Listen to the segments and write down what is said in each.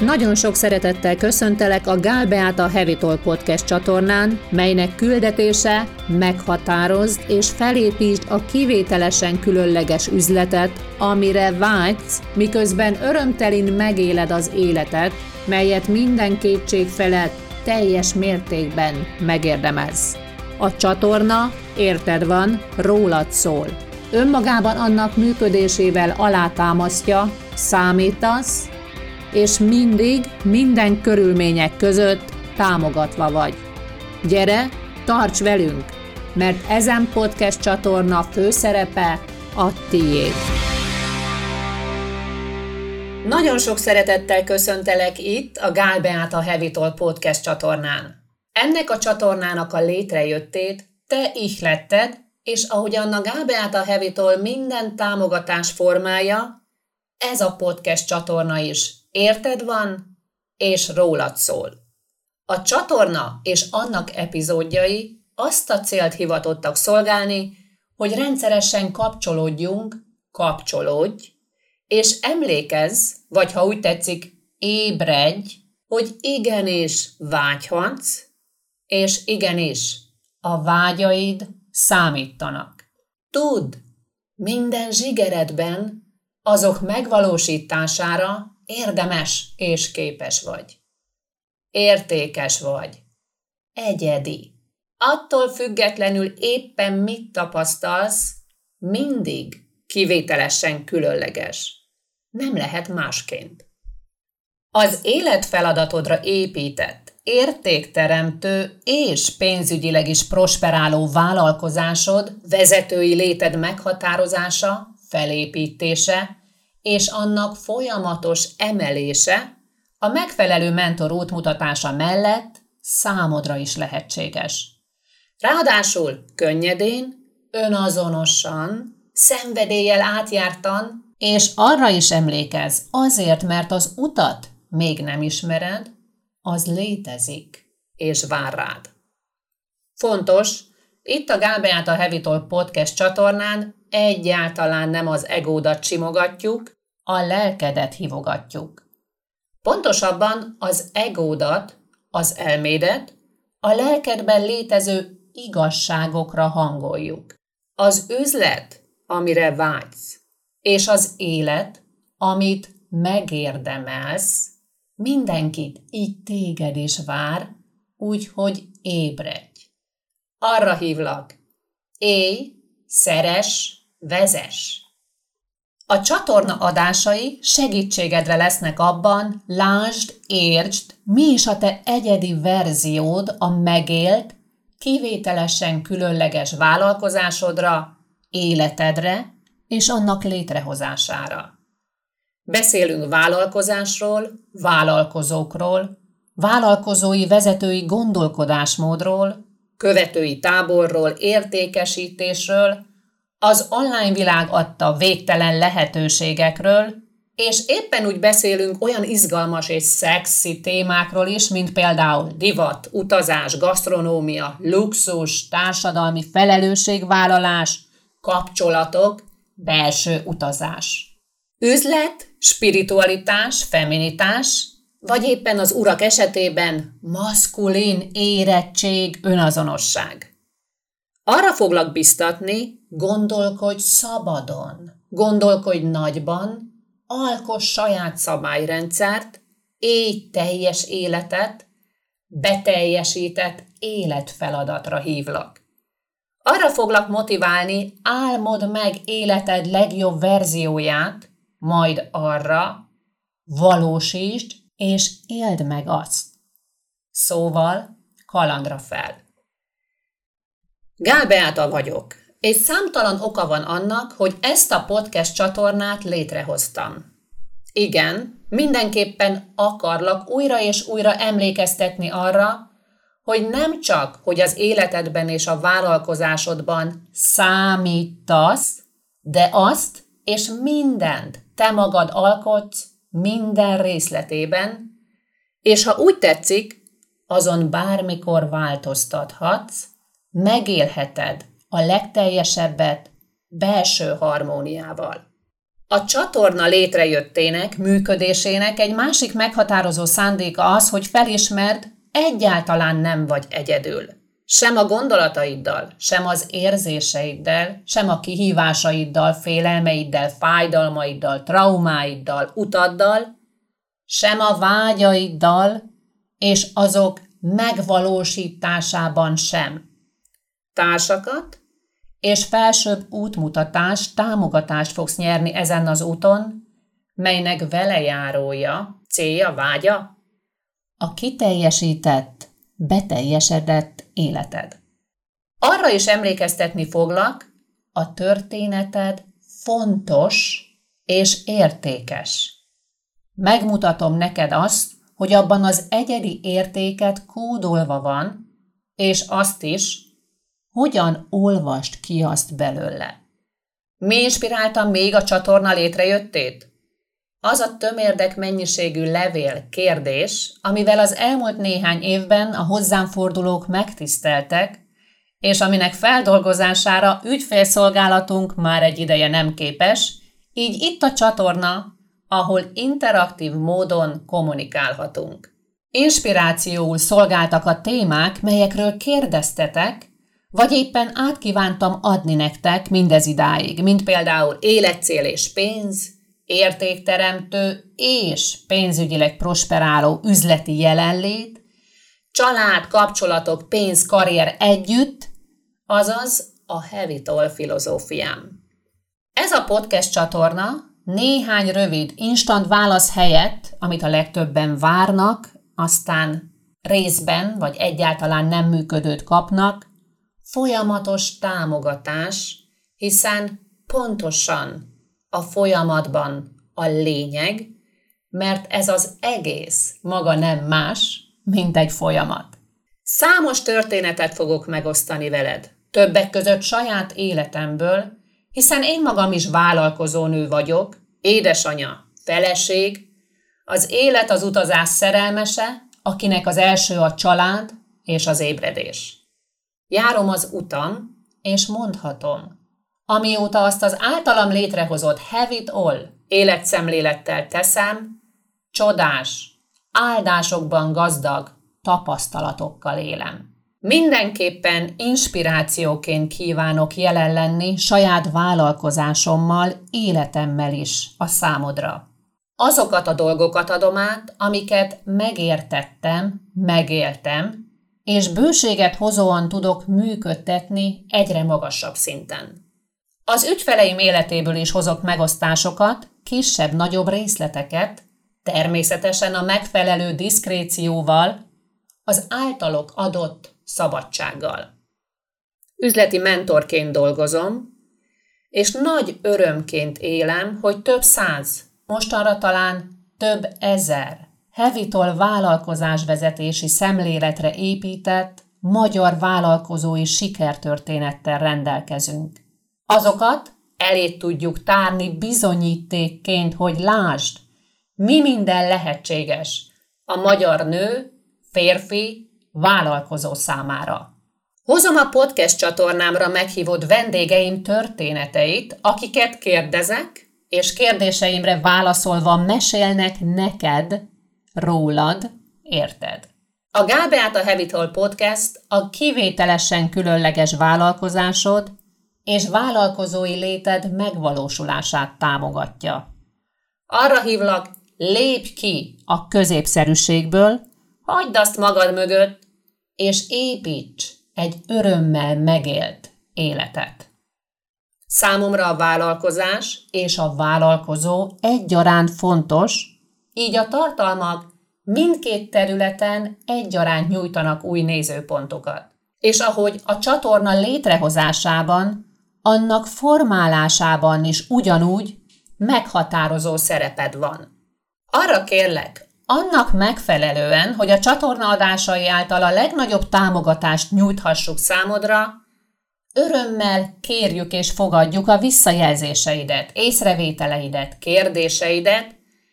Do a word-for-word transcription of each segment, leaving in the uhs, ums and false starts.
Nagyon sok szeretettel köszöntelek a Gál Beáta Heavy Talk Podcast csatornán, melynek küldetése meghatározd és felépítsd a kivételesen különleges üzletet, amire vágysz, miközben örömtelin megéled az életet, melyet minden kétség felett teljes mértékben megérdemelsz. A csatorna, érted van, rólad szól. Önmagában annak működésével alátámasztja, számítasz, és mindig, minden körülmények között támogatva vagy. Gyere, tarts velünk, mert ezen podcast csatorna főszerepe a tiéd. Nagyon sok szeretettel köszöntelek itt a Gál Beáta Heavy Talk Podcast csatornán. Ennek a csatornának a létrejöttét te ihletted, és ahogyan a Gál Beáta Heavy Talk minden támogatás formája, ez a podcast csatorna is érted van, és rólad szól. A csatorna és annak epizódjai azt a célt hivatottak szolgálni, hogy rendszeresen kapcsolódjunk, kapcsolódj, és emlékezz, vagy ha úgy tetszik, ébredj, hogy igenis vágyhatsz, és igenis a vágyaid számítanak. Tudd, minden zsigeredben azok megvalósítására érdemes és képes vagy. Értékes vagy. Egyedi. Attól függetlenül éppen mit tapasztalsz, mindig kivételesen különleges. Nem lehet másként. Az életfeladatodra épített, értékteremtő és pénzügyileg is prosperáló vállalkozásod, vezetői léted meghatározása, felépítése és annak folyamatos emelése a megfelelő mentor útmutatása mellett számodra is lehetséges. Ráadásul könnyedén, önazonosan, szenvedéllyel átjártan, és arra is emlékezz, azért, mert az utat még nem ismered, az létezik, és vár rád. Fontos, itt a Gál Beáta Heavy Talk Podcast csatornán egyáltalán nem az egódat simogatjuk, a lelkedet hívogatjuk. Pontosabban az egódat, az elmédet, a lelkedben létező igazságokra hangoljuk. Az üzlet, amire vágysz, és az élet, amit megérdemelsz, mindenkit így téged is vár, úgyhogy ébredj. Arra hívlak, élj, szeress, vezess. A csatorna adásai segítségedre lesznek abban, lásd, értsd, mi is a te egyedi verziód a megélt, kivételesen különleges vállalkozásodra, életedre és annak létrehozására. Beszélünk vállalkozásról, vállalkozókról, vállalkozói vezetői gondolkodásmódról, követői táborról, értékesítésről, az online világ adta végtelen lehetőségekről, és éppen úgy beszélünk olyan izgalmas és szexi témákról is, mint például divat, utazás, gasztronómia, luxus, társadalmi felelősségvállalás, kapcsolatok, belső utazás. Üzlet, spiritualitás, feminitás, vagy éppen az urak esetében maszkulin érettség, önazonosság. Arra foglak biztatni, gondolkodj szabadon, gondolkodj nagyban, alkoss saját szabályrendszert, élj teljes életet, beteljesített életfeladatra hívlak. Arra foglak motiválni, álmod meg életed legjobb verzióját, majd arra valósítsd és éld meg azt. Szóval kalandra fel. Gál Beáta vagyok, és számtalan oka van annak, hogy ezt a podcast csatornát létrehoztam. Igen, mindenképpen akarlak újra és újra emlékeztetni arra, hogy nem csak, hogy az életedben és a vállalkozásodban számítasz, de azt és mindent te magad alkotsz minden részletében, és ha úgy tetszik, azon bármikor változtathatsz, megélheted a legteljesebbet belső harmóniával. A csatorna létrejöttének, működésének egy másik meghatározó szándéka az, hogy felismerd, egyáltalán nem vagy egyedül. Sem a gondolataiddal, sem az érzéseiddel, sem a kihívásaiddal, félelmeiddel, fájdalmaiddal, traumáiddal, utaddal, sem a vágyaiddal, és azok megvalósításában sem. Társakat és felsőbb útmutatást, támogatást fogsz nyerni ezen az úton, melynek velejárója, célja, vágya a kiteljesített, beteljesedett életed. Arra is emlékeztetni foglak, a történeted fontos és értékes. Megmutatom neked azt, hogy abban az egyedi értéket kódolva van, és azt is, hogyan olvast ki azt belőle. Mi inspirálta még a csatorna létrejöttét? Az a tömérdek mennyiségű levél, kérdés, amivel az elmúlt néhány évben a hozzám fordulók megtiszteltek, és aminek feldolgozására ügyfélszolgálatunk már egy ideje nem képes, így itt a csatorna, ahol interaktív módon kommunikálhatunk. Inspirációul szolgáltak a témák, melyekről kérdeztetek, vagy éppen átkívántam adni nektek mindez idáig, mint például életcél és pénz, értékteremtő és pénzügyileg prosperáló üzleti jelenlét, család, kapcsolatok, pénz, karrier együtt, azaz a Heavy-tól filozófiám. Ez a podcast csatorna néhány rövid, instant válasz helyett, amit a legtöbben várnak, aztán részben vagy egyáltalán nem működőt kapnak, folyamatos támogatás, hiszen pontosan a folyamatban a lényeg, mert ez az egész maga nem más, mint egy folyamat. Számos történetet fogok megosztani veled, többek között saját életemből, hiszen én magam is vállalkozó nő vagyok, édesanya, feleség, az élet az utazás szerelmese, akinek az első a család és az ébredés. Járom az utam, és mondhatom, amióta azt az általam létrehozott Have it all életszemlélettel teszem, csodás, áldásokban gazdag tapasztalatokkal élem. Mindenképpen inspirációként kívánok jelen lenni saját vállalkozásommal, életemmel is a számodra. Azokat a dolgokat adom át, amiket megértettem, megéltem, és bőséget hozóan tudok működtetni egyre magasabb szinten. Az ügyfeleim életéből is hozok megosztásokat, kisebb-nagyobb részleteket, természetesen a megfelelő diszkrécióval, az általuk adott szabadsággal. Üzleti mentorként dolgozom, és nagy örömként élem, hogy több száz, mostanra talán több ezer Heavy-tól vállalkozásvezetési szemléletre épített magyar vállalkozói sikertörténettel rendelkezünk. Azokat elé tudjuk tárni bizonyítékként, hogy lásd, mi minden lehetséges a magyar nő, férfi, vállalkozó számára. Hozom a podcast csatornámra meghívott vendégeim történeteit, akiket kérdezek, és kérdéseimre válaszolva mesélnek neked, rólad, érted. A Gál Beáta Heavy-tól podcast a kivételesen különleges vállalkozásod és vállalkozói léted megvalósulását támogatja. Arra hívlak, lépj ki a középszerűségből, hagyd azt magad mögött, és építs egy örömmel megélt életet. Számomra a vállalkozás és a vállalkozó egyaránt fontos, így a tartalmak mindkét területen egyaránt nyújtanak új nézőpontokat. És ahogy a csatorna létrehozásában, annak formálásában is ugyanúgy meghatározó szereped van. Arra kérlek, annak megfelelően, hogy a csatorna adásai által a legnagyobb támogatást nyújthassuk számodra, örömmel kérjük és fogadjuk a visszajelzéseidet, észrevételeidet, kérdéseidet,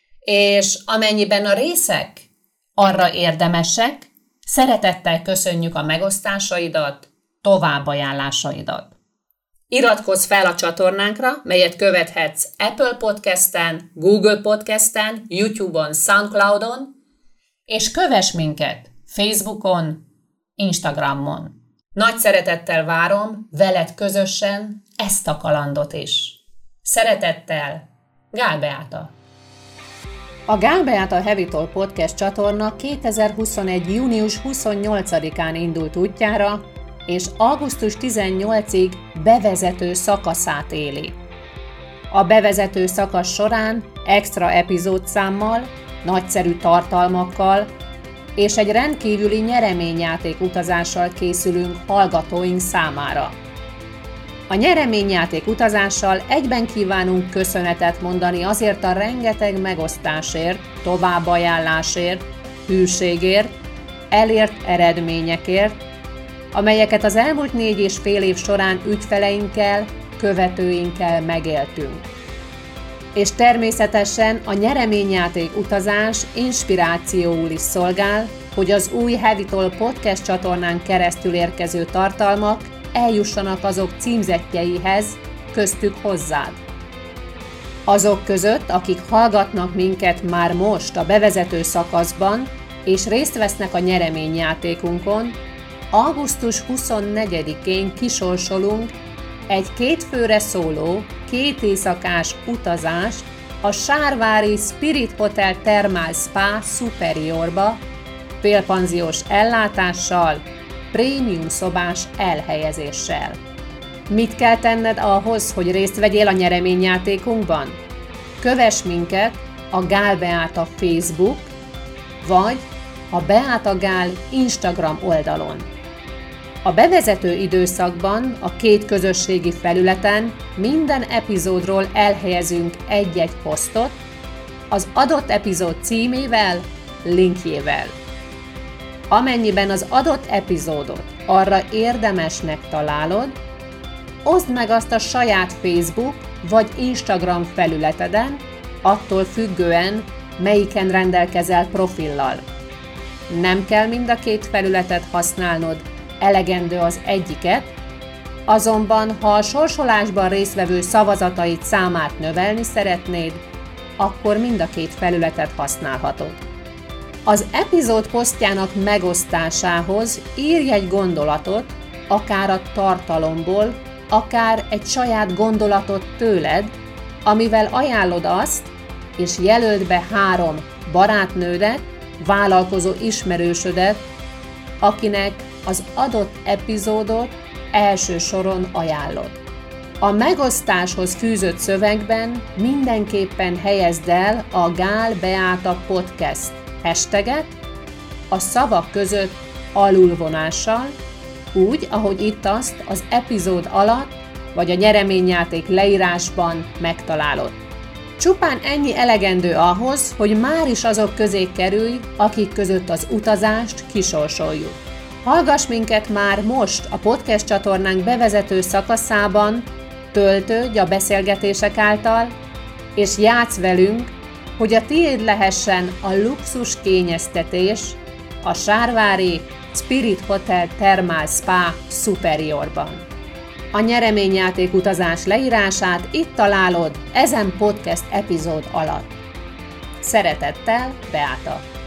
és amennyiben a részek arra érdemesek, szeretettel köszönjük a megosztásaidat, továbbajánlásaidat. Iratkozz fel a csatornánkra, melyet követhetsz Apple Podcasten, Google Podcasten, YouTube-on, SoundCloud-on, és kövess minket Facebookon, Instagramon. Nagy szeretettel várom veled közösen ezt a kalandot is. Szeretettel, Gál Beáta. A Gál Beáta Heavy Talk Podcast csatorna kétezer-huszonegy. június huszonnyolcadikán indult útjára, és augusztus tizennyolcadikáig bevezető szakaszát éli. A bevezető szakasz során extra epizódszámmal, nagyszerű tartalmakkal és egy rendkívüli nyereményjáték utazással készülünk hallgatóink számára. A nyereményjáték utazással egyben kívánunk köszönetet mondani azért a rengeteg megosztásért, továbbajánlásért, hűségért, elért eredményekért, amelyeket az elmúlt négy és fél év során ügyfeleinkkel, követőinkkel megéltünk. És természetesen a nyereményjáték utazás inspirációul is szolgál, hogy az új Heavy Talk Podcast csatornán keresztül érkező tartalmak eljussanak azok címzettjeihez, köztük hozzád. Azok között, akik hallgatnak minket már most a bevezető szakaszban, és részt vesznek a nyereményjátékunkon, augusztus huszonnegyedikén kisorsolunk egy két főre szóló, két éjszakás utazást a sárvári Spirit Hotel Thermal Spa Superiorba, félpanziós ellátással, prémium szobás elhelyezéssel. Mit kell tenned ahhoz, hogy részt vegyél a nyereményjátékunkban? Kövess minket a Gál Beáta Facebook, vagy a Beáta Gál Instagram oldalon. A bevezető időszakban a két közösségi felületen minden epizódról elhelyezünk egy-egy posztot, az adott epizód címével, linkjével. Amennyiben az adott epizódot arra érdemesnek találod, oszd meg azt a saját Facebook vagy Instagram felületeden, attól függően, melyiken rendelkezel profillal. Nem kell mind a két felületet használnod, elegendő az egyiket, azonban ha a sorsolásban résztvevő szavazataid számát növelni szeretnéd, akkor mind a két felületet használhatod. Az epizód posztjának megosztásához írj egy gondolatot, akár a tartalomból, akár egy saját gondolatot tőled, amivel ajánlod azt, és jelöld be három barátnődet, vállalkozó ismerősödet, akinek az adott epizódot első soron ajánlod. A megosztáshoz fűzött szövegben mindenképpen helyezd el a Gál Beáta Podcast hashtaget a szavak között alulvonással, úgy, ahogy itt azt az epizód alatt vagy a nyereményjáték leírásban megtalálod. Csupán ennyi elegendő ahhoz, hogy már is azok közé kerülj, akik között az utazást kisorsoljuk. Hallgass minket már most a podcast csatornánk bevezető szakaszában, töltődj a beszélgetések által, és játsz velünk, hogy a tiéd lehessen a luxus kényeztetés a sárvári Spirit Hotel Thermal Spa Superiorban. A nyereményjáték utazás leírását itt találod ezen podcast epizód alatt. Szeretettel, Beáta!